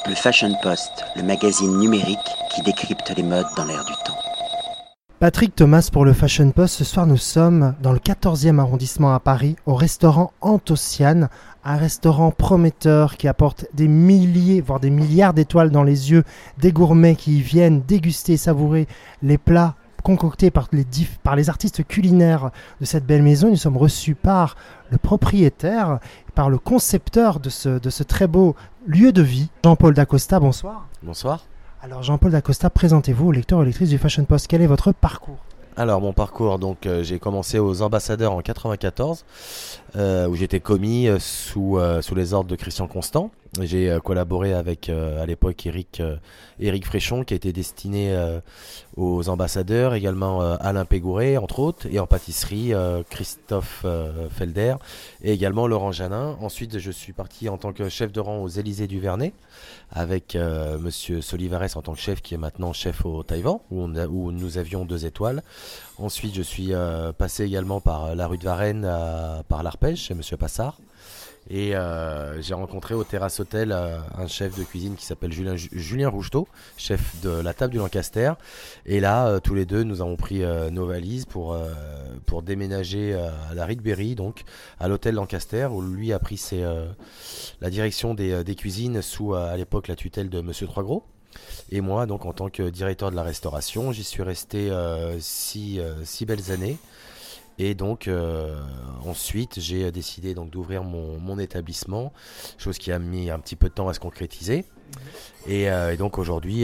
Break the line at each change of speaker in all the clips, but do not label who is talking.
Le Fashion Post, le magazine numérique qui décrypte les modes dans l'air du temps.
Patrick Thomas pour le Fashion Post. Ce soir, nous sommes dans le 14e arrondissement à Paris, au restaurant Anthocyane, un restaurant prometteur qui apporte des milliers, voire des milliards d'étoiles dans les yeux des gourmets qui viennent déguster et savourer les plats concoctés par les artistes culinaires de cette belle maison. Nous sommes reçus par le propriétaire, par le concepteur de ce très beau lieu de vie, Jean-Paul Dacosta. Bonsoir.
Bonsoir.
Alors Jean-Paul Dacosta, présentez-vous aux lecteurs et lectrices du Fashion Post. Quel est votre parcours ?
Alors mon parcours, j'ai commencé aux Ambassadeurs en 94, où j'étais commis sous les ordres de Christian Constant. J'ai collaboré avec à l'époque Éric Fréchon, qui a été destiné aux Ambassadeurs, également Alain Pégouré entre autres, et en pâtisserie Christophe Felder et également Laurent Janin. Ensuite je suis parti en tant que chef de rang aux Élysées du Vernet avec Monsieur Solivares en tant que chef, qui est maintenant chef au Taïwan, où nous avions 2 étoiles. Ensuite je suis passé également par la rue de Varennes, par l'Arpège chez Monsieur Passard. Et j'ai rencontré au Terrasse Hôtel un chef de cuisine qui s'appelle Julien Rougetot, chef de la table du Lancaster. Et là, tous les deux, nous avons pris nos valises pour déménager à la Rydberry, donc à l'hôtel Lancaster, où lui a pris la direction des cuisines sous à l'époque la tutelle de Monsieur Troisgros. Et moi, donc en tant que directeur de la restauration, j'y suis resté 6 belles années. Et donc ensuite j'ai décidé donc d'ouvrir mon établissement, chose qui a mis un petit peu de temps à se concrétiser. Et donc aujourd'hui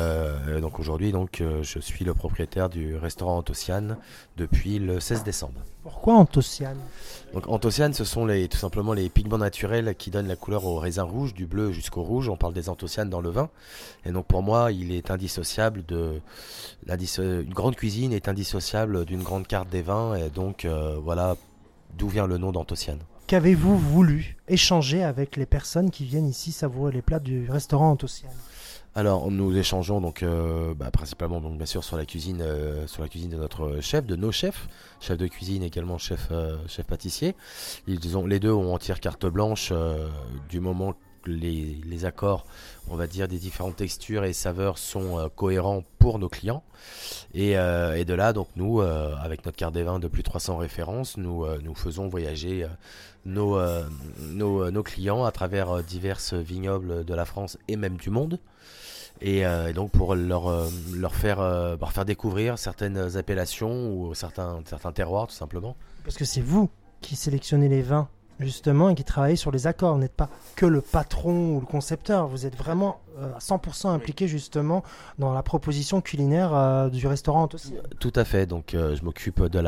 je suis le propriétaire du restaurant Anthocyane depuis le 16 décembre.
Pourquoi Anthocyane ?
Donc Anthocyane, ce sont tout simplement les pigments naturels qui donnent la couleur au raisin rouge, du bleu jusqu'au rouge. On parle des anthocyanes dans le vin. Et donc pour moi, il est indissociable une grande cuisine est indissociable d'une grande carte des vins. Et donc voilà d'où vient le nom d'Anthocyane.
Qu'avez-vous voulu échanger avec les personnes qui viennent ici savourer les plats du restaurant Anthocyane ?
Alors nous échangeons donc principalement donc bien sûr sur la cuisine de notre chef, de nos chefs de cuisine, également chef pâtissier. Les deux ont entière carte blanche du moment que les accords, on va dire, des différentes textures et saveurs sont cohérents pour nos clients. Et de là donc nous avec notre carte des vins de plus de 300 références, nous faisons voyager nos clients à travers divers vignobles de la France et même du monde. Et donc pour leur faire découvrir certaines appellations ou certains terroirs tout simplement.
Parce que c'est vous qui sélectionnez les vins justement et qui travaillez sur les accords. Vous n'êtes pas que le patron ou le concepteur, vous êtes vraiment à 100% impliqué justement dans la proposition culinaire du restaurant Anthocyane.
Tout à fait, donc je m'occupe de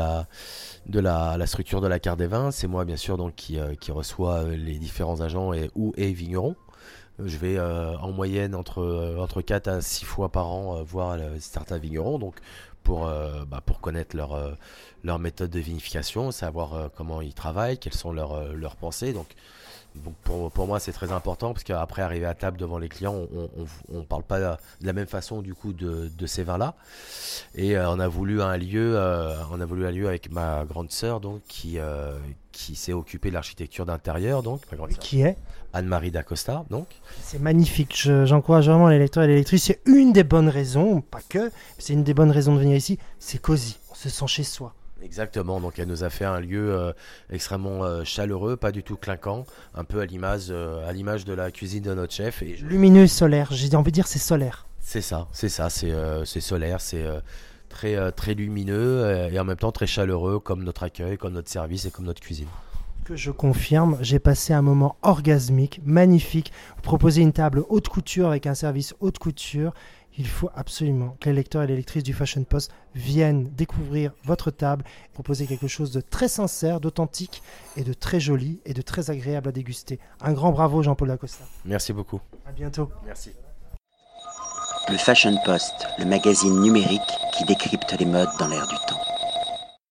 la structure de la carte des vins. C'est moi bien sûr donc qui reçoit les différents agents et vignerons. Je vais en moyenne entre 4 à 6 fois par an voir certains vignerons, donc pour connaître leur méthode de vinification, savoir comment ils travaillent, quelles sont leurs pensées. Donc pour moi c'est très important, parce qu'après arriver à table devant les clients, on parle pas de la même façon du coup de ces vins là. Et on a voulu un lieu avec ma grande sœur donc qui s'est occupée de l'architecture d'intérieur, donc ma grande sœur.
Qui est
Anne-Marie Dacosta, donc.
C'est magnifique, j'encourage vraiment les lecteurs et les lectrices. C'est une des bonnes raisons, pas que, c'est une des bonnes raisons de venir ici, c'est cosy, on se sent chez soi.
Exactement, donc elle nous a fait un lieu extrêmement chaleureux, pas du tout clinquant, un peu à l'image de la cuisine de notre chef.
Lumineux et solaire, j'ai envie de dire c'est solaire.
C'est solaire, c'est très, très lumineux et en même temps très chaleureux, comme notre accueil, comme notre service et comme notre cuisine.
Que je confirme, j'ai passé un moment orgasmique, magnifique. Vous proposez une table haute couture avec un service haute couture. Il faut absolument que les lecteurs et les lectrices du Fashion Post viennent découvrir votre table, proposer quelque chose de très sincère, d'authentique et de très joli et de très agréable à déguster. Un grand bravo Jean-Paul Dacosta.
Merci beaucoup.
À bientôt.
Merci.
Le Fashion Post, le magazine numérique qui décrypte les modes dans l'air du temps.